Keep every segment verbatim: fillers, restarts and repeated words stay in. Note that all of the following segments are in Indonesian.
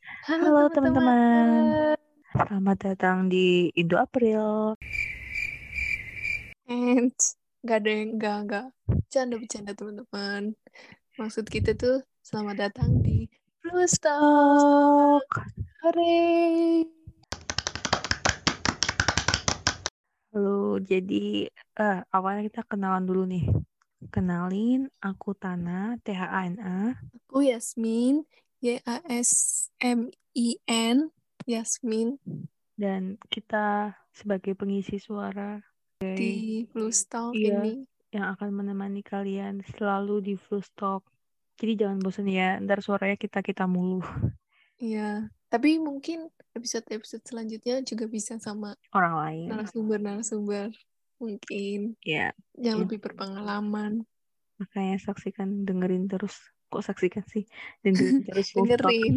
Halo Halo teman-teman. teman-teman, selamat datang di Indo April. And nggak ada yang nggak nggak bercanda-bercanda teman-teman. Maksud kita tuh selamat datang di Plus Talk. Talk. Hore. Halo, jadi eh, awalnya kita kenalan dulu nih. Kenalin, aku Tana, T H A N A. Aku Yasmin, Y A S M I N, Yasmin Dan kita sebagai pengisi suara, di Plus Talk iya, ini. yang akan menemani kalian selalu di Full Talk. Jadi jangan bosan ya, ntar suaranya kita-kita mulu. Iya, tapi mungkin episode-episode selanjutnya juga bisa sama Orang lain. narasumber-narasumber mungkin Ya, yang in- lebih berpengalaman. makanya saksikan, dengerin terus. Kok saksikan sih? Dengerin terus Full Talk. Dengerin.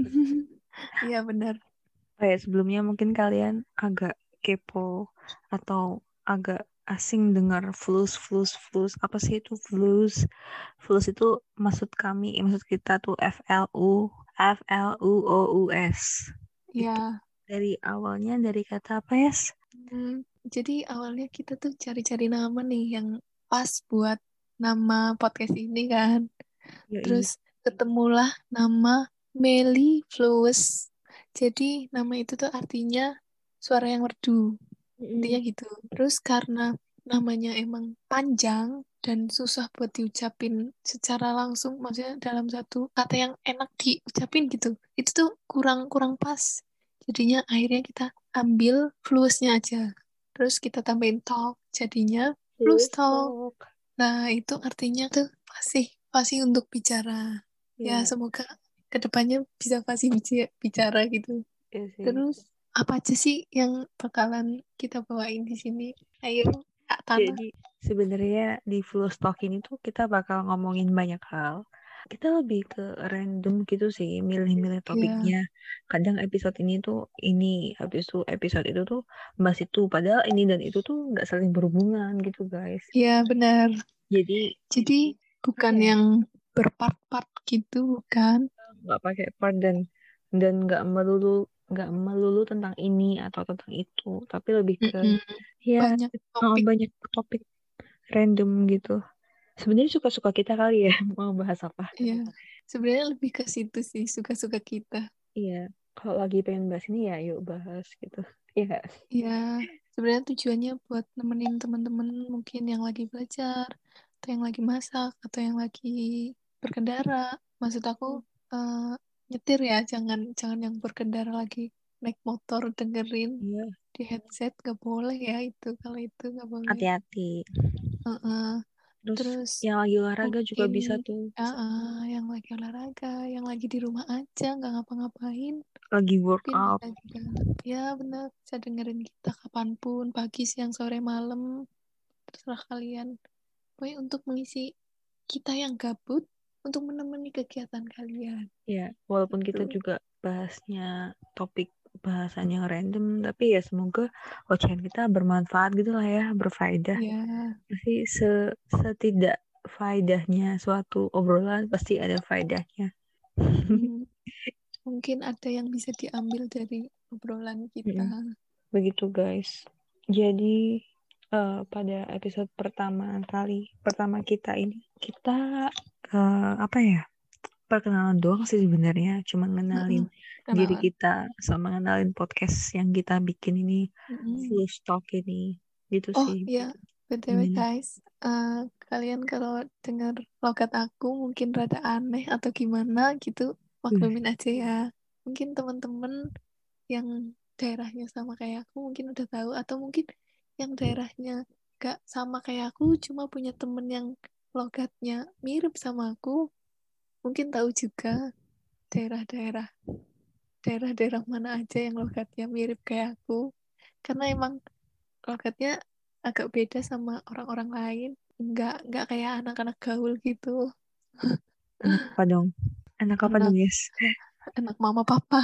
Iya benar. Kayak sebelumnya mungkin kalian agak kepo atau agak asing dengar flus flus flus apa sih itu flus flus itu maksud kami maksud kita tuh F L U F L U O U S itu Ya. dari awalnya dari kata apa ya? Hmm, jadi awalnya kita tuh cari-cari nama nih yang pas buat nama podcast ini kan. Terus Yoi. ketemulah nama Mellifluous. Jadi nama itu tuh artinya suara yang merdu. Intinya Mm-mm. gitu. Terus karena namanya emang panjang dan susah buat diucapin secara langsung, maksudnya dalam satu kata yang enak diucapin gitu. Itu tuh kurang kurang pas. Jadinya akhirnya kita ambil fluousnya aja. Terus kita tambahin talk, jadinya fluous Flus talk. talk. Nah, itu artinya tuh fasih, fasih untuk bicara. Ya, Ya, semoga kedepannya bisa fasih bici- bicara gitu. ya sih. Terus apa aja sih yang bakalan kita bawain di sini? Ayo, Kak Tana. Jadi sebenarnya di Full Stock ini tuh kita bakal ngomongin banyak hal. Kita lebih ke random gitu sih, milih-milih Ya, topiknya. Kadang episode ini tuh ini, habis itu episode itu tuh bahas itu. Padahal ini dan itu tuh nggak saling berhubungan gitu guys. ya benar. Jadi Jadi apa bukan ya? yang berpart-part gitu, bukan? Nggak pakai part dan dan nggak melulu nggak melulu tentang ini atau tentang itu, tapi lebih ke Mm-mm. ya Banyak oh, topik. banyak topik random gitu. Sebenarnya suka-suka kita kali ya mau bahas apa. Ya, sebenarnya lebih ke situ sih, suka-suka kita. Iya, kalau lagi pengen bahas ini ya yuk bahas gitu. Iya nggak? Ya, sebenarnya tujuannya buat nemenin teman-teman mungkin yang lagi belajar, atau yang lagi masak, atau yang lagi berkendara. Maksud aku eh, nyetir ya, jangan jangan yang berkendara lagi naik motor dengerin Iya, di headset, gak boleh ya itu kalau itu gak boleh. hati-hati. Heeh. Terus Terus yang lagi olahraga juga mungkin bisa tuh. ah, ah, yang lagi olahraga, yang lagi di rumah aja nggak ngapa-ngapain, Lagi mungkin workout. bisa juga. Ya benar, bisa dengerin kita kapanpun, pagi, siang, sore, malam, terserah kalian. Pokoknya untuk mengisi kita yang gabut, untuk menemani kegiatan kalian. Ya, walaupun kita Itu. juga bahasnya topik bahasan yang random, tapi ya semoga ocehan kita bermanfaat gitu lah ya, berfaedah. Ya, Pasti se setidak faedahnya suatu obrolan pasti ada faedahnya. hmm, mungkin ada yang bisa diambil dari obrolan kita. Mm-mm. Begitu guys. Jadi eh, pada episode pertama kali pertama kita ini kita eh, apa ya? Perkenalan doang sih sebenarnya, cuma ngenalin Heeh, diri kenalan. kita sama ngenalin podcast yang kita bikin ini, Mm-mm. Full Stock ini. Gitu Oh sih. ya, B T W Gimana? guys, eh, kalian kalau dengar logat aku mungkin rada aneh atau gimana gitu, Hmm. maklumin aja ya. Mungkin teman-teman yang daerahnya sama kayak aku mungkin udah tahu, atau mungkin yang daerahnya gak sama kayak aku, cuma punya temen yang logatnya mirip sama aku, mungkin tahu juga daerah-daerah daerah-daerah mana aja yang logatnya mirip kayak aku. Karena emang logatnya agak beda sama orang-orang lain. Nggak, nggak kayak anak-anak gaul gitu. Anak apa dong? Anak apa dong, Anak, yes? anak mama papa.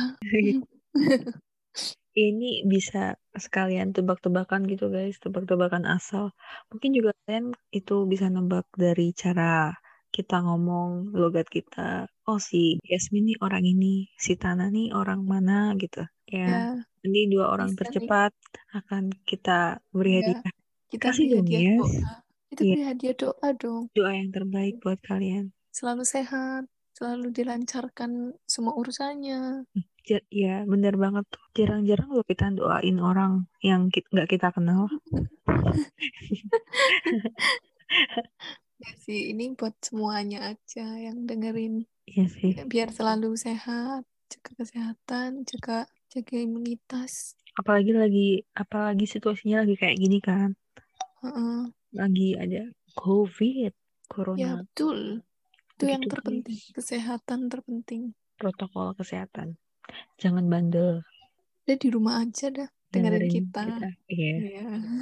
Ini bisa sekalian tebak-tebakan gitu guys, tebak-tebakan asal. Mungkin juga kalian itu bisa nebak dari cara kita ngomong, logat kita. oh si Yasmin nih orang ini, si Tana nih orang mana gitu. Ya, Ya, nanti dua orang bisa nih. tercepat akan kita beri Ya, hadiah. kita Kasih beri dong, hadiah Yes. doa. Kita Iya, beri hadiah doa dong. doa yang terbaik buat kalian. Selalu sehat, selalu dilancarkan semua urusannya. Ja- Ya, bener banget tuh. Jarang-jarang loh kita doain orang yang ki- nggak kita kenal. Ya sih, ini buat semuanya aja yang dengerin. Iya sih. Biar selalu sehat, jaga kesehatan, jaga jaga imunitas. Apalagi lagi, apalagi situasinya lagi kayak gini kan. Heeh. Lagi ada COVID, Ya Corona, betul, itu yang begitu terpenting, guys. kesehatan terpenting. Protokol kesehatan. Jangan bandel, Udah di rumah aja dah, dengerin dengerin kita. kita. Iya, Iya.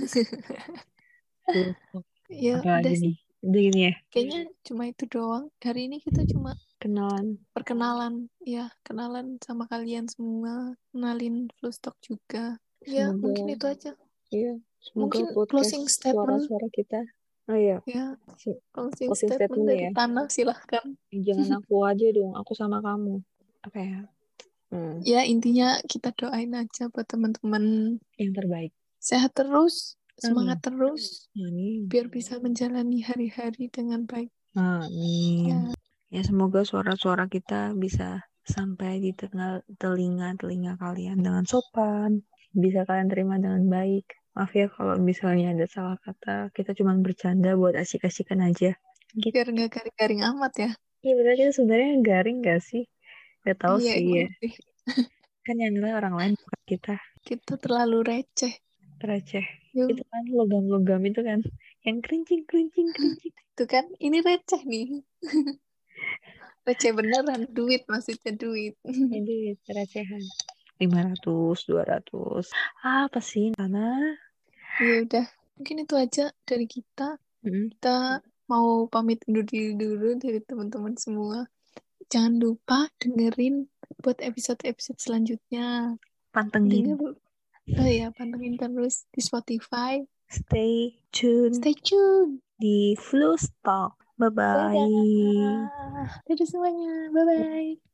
tuh. Ya Apalagi udah sih, nih? Udah gini ya, kayaknya cuma itu doang. Hari ini kita cuma kenalan. perkenalan, ya, kenalan sama kalian semua, kenalin Flustock juga. Ya, Semoga, mungkin itu aja. iya, semoga Mungkin podcast closing statement, suara-suara kita. Oh iya, ya, se- closing closing statement statement dari ya. Tanah, silahkan. Jangan aku aja dong, aku sama kamu. Apa ya? Hmm, Ya, intinya kita doain aja buat teman-teman yang terbaik. sehat terus, semangat Amin. terus, Amin. biar bisa menjalani hari-hari dengan baik. Amin. Ya, Ya semoga suara-suara kita bisa sampai di tengah telinga-telinga kalian dengan sopan. Bisa kalian terima dengan baik. Maaf ya kalau misalnya ada salah kata. Kita cuma bercanda buat asik-asikan aja. Gitu. biar nggak garing-garing amat ya. Iya benar kita sebenarnya garing gak sih? Gak tahu Iya, sih ya. emang sih. Kan yang nilai orang lain bukan kita. Kita terlalu receh. Receh. Itu Yuk, kan logam-logam itu kan. Yang kerincing, kerincing, kerincing. tuh kan, ini receh nih. Receh beneran, duit maksudnya duit. Jadi recehan. Lima ratus, dua ratus. Apa sih, Nana? Ya udah, mungkin itu aja dari kita. Mm-mm. Kita mau pamit undur diri dulu dari teman-teman semua. Jangan lupa dengerin buat episode-episode selanjutnya. Pantengin. Denger, oh ya, pantengin terus di Spotify. Stay tune Stay tune. di Flu Stock. Bye-bye. Dadah. Dadah semuanya. Bye-bye.